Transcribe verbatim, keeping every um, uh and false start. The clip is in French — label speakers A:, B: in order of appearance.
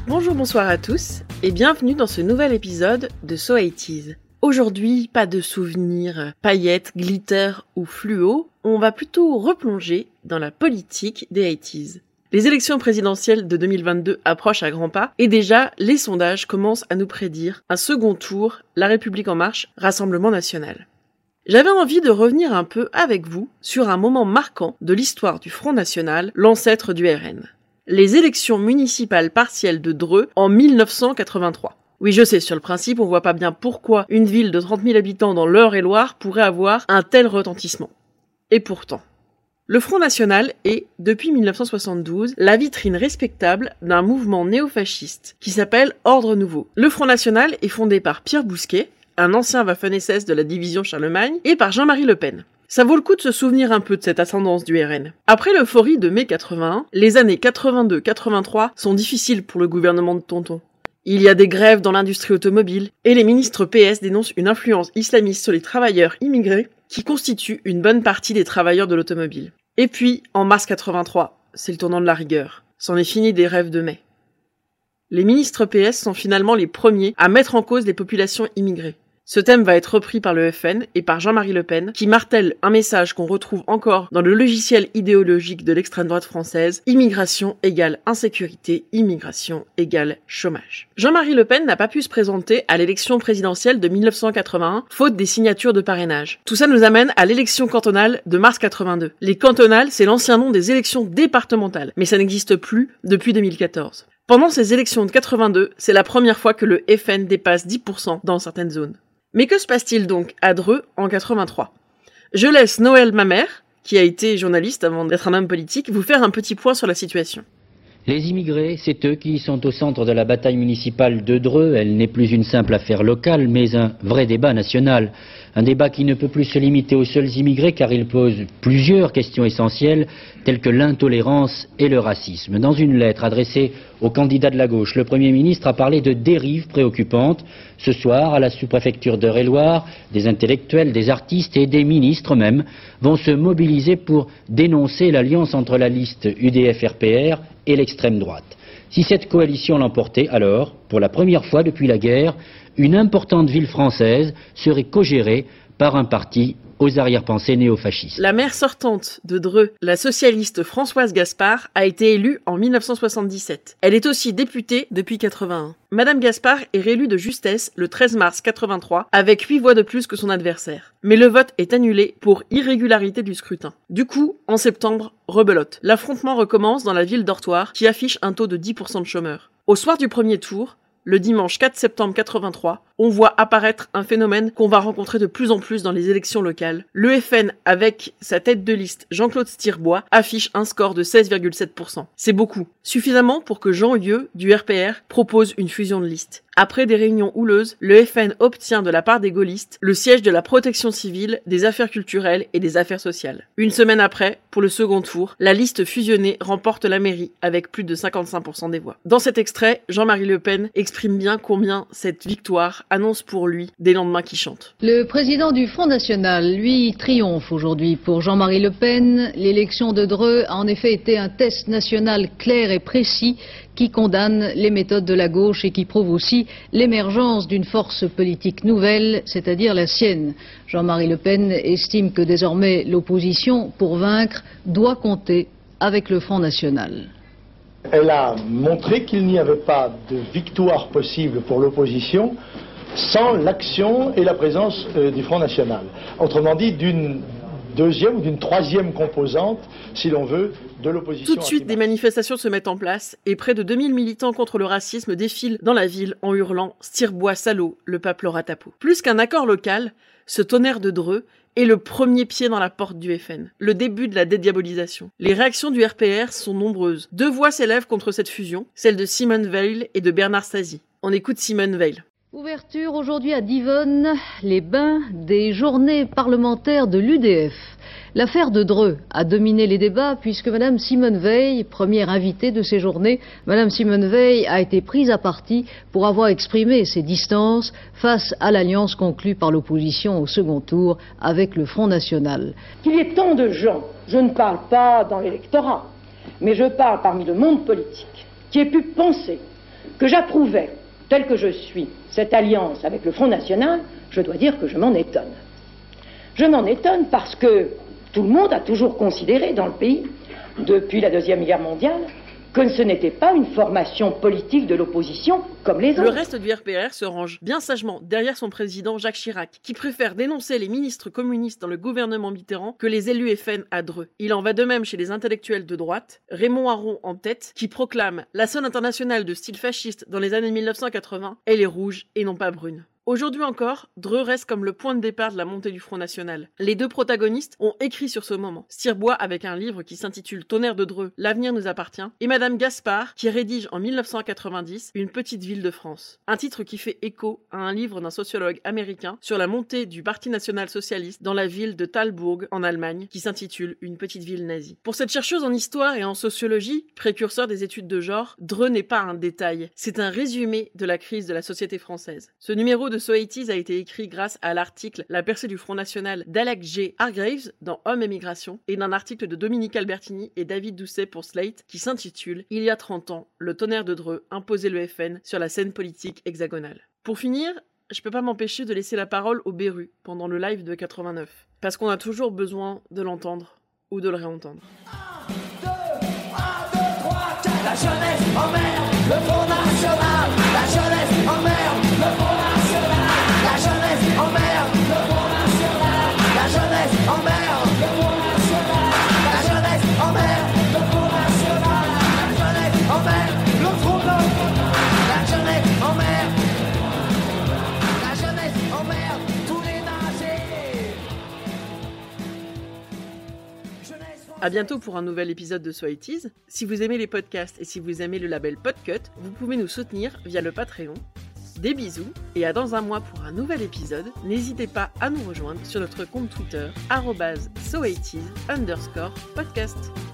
A: Bonjour, bonsoir à tous et bienvenue dans ce nouvel épisode de So eighties. Aujourd'hui, pas de souvenirs paillettes, glitter ou fluo, on va plutôt replonger dans la politique des eighties. Les élections présidentielles de deux mille vingt-deux approchent à grands pas et déjà, les sondages commencent à nous prédire un second tour, La République en marche, Rassemblement national. J'avais envie de revenir un peu avec vous sur un moment marquant de l'histoire du Front National, l'ancêtre du R N. Les élections municipales partielles de Dreux en mille neuf cent quatre-vingt-trois. Oui, je sais, sur le principe, on voit pas bien pourquoi une ville de trente mille habitants dans l'Eure-et-Loir pourrait avoir un tel retentissement. Et pourtant, le Front National est, depuis mille neuf cent soixante-douze, la vitrine respectable d'un mouvement néofasciste qui s'appelle Ordre Nouveau. Le Front National est fondé par Pierre Bousquet, un ancien Waffen-S S de la division Charlemagne, et par Jean-Marie Le Pen. Ça vaut le coup de se souvenir un peu de cette ascendance du R N. Après l'euphorie de mai quatre-vingt-un, les années quatre-vingt-deux quatre-vingt-trois sont difficiles pour le gouvernement de Tonton. Il y a des grèves dans l'industrie automobile, et les ministres P S dénoncent une influence islamiste sur les travailleurs immigrés qui constituent une bonne partie des travailleurs de l'automobile. Et puis, en mars quatre-vingt-trois, c'est le tournant de la rigueur. C'en est fini des rêves de mai. Les ministres P S sont finalement les premiers à mettre en cause les populations immigrées. Ce thème va être repris par le F N et par Jean-Marie Le Pen, qui martèle un message qu'on retrouve encore dans le logiciel idéologique de l'extrême droite française: immigration égale insécurité, immigration égale chômage. Jean-Marie Le Pen n'a pas pu se présenter à l'élection présidentielle de mille neuf cent quatre-vingt-un, faute des signatures de parrainage. Tout ça nous amène à l'élection cantonale de mars quatre-vingt-deux. Les cantonales, c'est l'ancien nom des élections départementales, mais ça n'existe plus depuis deux mille quatorze. Pendant ces élections de quatre-vingt-deux, c'est la première fois que le F N dépasse dix pour cent dans certaines zones. Mais que se passe-t-il donc à Dreux en quatre-vingt-trois ? Je laisse Noël Mamère, qui a été journaliste avant d'être un homme politique, vous faire un petit point sur la situation.
B: Les immigrés, c'est eux qui sont au centre de la bataille municipale de Dreux. Elle n'est plus une simple affaire locale, mais un vrai débat national. Un débat qui ne peut plus se limiter aux seuls immigrés, car il pose plusieurs questions essentielles, telles que l'intolérance et le racisme. Dans une lettre adressée aux candidats de la gauche, le Premier ministre a parlé de dérives préoccupantes. Ce soir, à la sous-préfecture d'Eure-et-Loir, des intellectuels, des artistes et des ministres même vont se mobiliser pour dénoncer l'alliance entre la liste U D F R P R et l'extrême droite. Si cette coalition l'emportait, alors, pour la première fois depuis la guerre, une importante ville française serait co-gérée par un parti aux arrière-pensées néofascistes.
A: La maire sortante de Dreux, la socialiste Françoise Gaspard, a été élue en mille neuf cent soixante-dix-sept. Elle est aussi députée depuis quatre-vingt-un. Madame Gaspard est réélue de justesse le treize mars quatre-vingt-trois, avec huit voix de plus que son adversaire. Mais le vote est annulé pour irrégularité du scrutin. Du coup, en septembre, rebelote. L'affrontement recommence dans la ville d'Ortoir, qui affiche un taux de dix pour cent de chômeurs. Au soir du premier tour, le dimanche quatre septembre quatre-vingt-trois, on voit apparaître un phénomène qu'on va rencontrer de plus en plus dans les élections locales. Le F N, avec sa tête de liste Jean-Claude Stirbois, affiche un score de seize virgule sept pour cent. C'est beaucoup. Suffisamment pour que Jean Lieu, du R P R, propose une fusion de listes. Après des réunions houleuses, le F N obtient de la part des gaullistes le siège de la protection civile, des affaires culturelles et des affaires sociales. Une semaine après, pour le second tour, la liste fusionnée remporte la mairie avec plus de cinquante-cinq pour cent des voix. Dans cet extrait, Jean-Marie Le Pen exprime bien combien cette victoire annonce pour lui des lendemains qui chantent.
C: Le président du Front National, lui, triomphe aujourd'hui. Pour Jean-Marie Le Pen, l'élection de Dreux a en effet été un test national clair et précis qui condamne les méthodes de la gauche et qui prouve aussi l'émergence d'une force politique nouvelle, c'est-à-dire la sienne. Jean-Marie Le Pen estime que désormais l'opposition, pour vaincre, doit compter avec le Front National.
D: Elle a montré qu'il n'y avait pas de victoire possible pour l'opposition sans l'action et la présence euh, du Front National. Autrement dit, d'une deuxième ou d'une troisième composante, si l'on veut, de l'opposition.
A: Tout de suite, des manifestations se mettent en place et près de deux mille militants contre le racisme défilent dans la ville en hurlant « Stirbois salaud, le pape l'aura ta peau ». Plus qu'un accord local, ce tonnerre de Dreux est le premier pied dans la porte du F N, le début de la dédiabolisation. Les réactions du R P R sont nombreuses. Deux voix s'élèvent contre cette fusion, celle de Simone Veil et de Bernard Stasi. On écoute Simone Veil.
C: Ouverture aujourd'hui à Divonne, les bains des journées parlementaires de l'U D F. L'affaire de Dreux a dominé les débats puisque Madame Simone Veil, première invitée de ces journées, Madame Simone Veil a été prise à partie pour avoir exprimé ses distances face à l'alliance conclue par l'opposition au second tour avec le Front National.
E: Qu'il y ait tant de gens, je ne parle pas dans l'électorat, mais je parle parmi le monde politique, qui aient pu penser que j'approuvais, tel que je suis, cette alliance avec le Front National, je dois dire que je m'en étonne. Je m'en étonne parce que tout le monde a toujours considéré dans le pays, depuis la Deuxième Guerre mondiale, que ce n'était pas une formation politique de l'opposition comme les autres.
A: Le reste du R P R se range bien sagement derrière son président Jacques Chirac, qui préfère dénoncer les ministres communistes dans le gouvernement Mitterrand que les élus F N à Dreux. Il en va de même chez les intellectuels de droite, Raymond Aron en tête, qui proclame « La sonne internationale de style fasciste dans les années mille neuf cent quatre-vingts, elle est rouge et non pas brune ». Aujourd'hui encore, Dreux reste comme le point de départ de la montée du Front National. Les deux protagonistes ont écrit sur ce moment. Stirbois avec un livre qui s'intitule Tonnerre de Dreux, l'avenir nous appartient, et Madame Gaspard qui rédige en mille neuf cent quatre-vingt-dix Une petite ville de France. Un titre qui fait écho à un livre d'un sociologue américain sur la montée du Parti national-socialiste dans la ville de Talbourg en Allemagne, qui s'intitule Une petite ville nazie. Pour cette chercheuse en histoire et en sociologie, précurseur des études de genre, Dreux n'est pas un détail, c'est un résumé de la crise de la société française. Ce numéro de So eighties a été écrit grâce à l'article La percée du Front National d'Alex G. Hargraves dans Homme et Migration et d'un article de Dominique Albertini et David Doucet pour Slate qui s'intitule Il y a trente ans, le tonnerre de Dreux imposait le F N sur la scène politique hexagonale. Pour finir, je peux pas m'empêcher de laisser la parole au Berru pendant le live de quatre-vingt-neuf, parce qu'on a toujours besoin de l'entendre ou de le réentendre.
F: un, deux, un, deux, trois, quatre. La jeunesse emmerde le Front National. La jeunesse emmerde le Front National. La jeunesse emmerde le Front National. La jeunesse emmerde le Front National. La jeunesse emmerde le Front National. La jeunesse emmerde le Front National. La jeunesse emmerde. La jeunesse emmerde tous les nazis. Jeunesse
A: À bientôt pour un nouvel épisode de So eighties. Si vous aimez les podcasts et si vous aimez le label Podcut, vous pouvez nous soutenir via le Patreon. Des bisous et à dans un mois pour un nouvel épisode. N'hésitez pas à nous rejoindre sur notre compte Twitter arobase so eighties underscore podcast.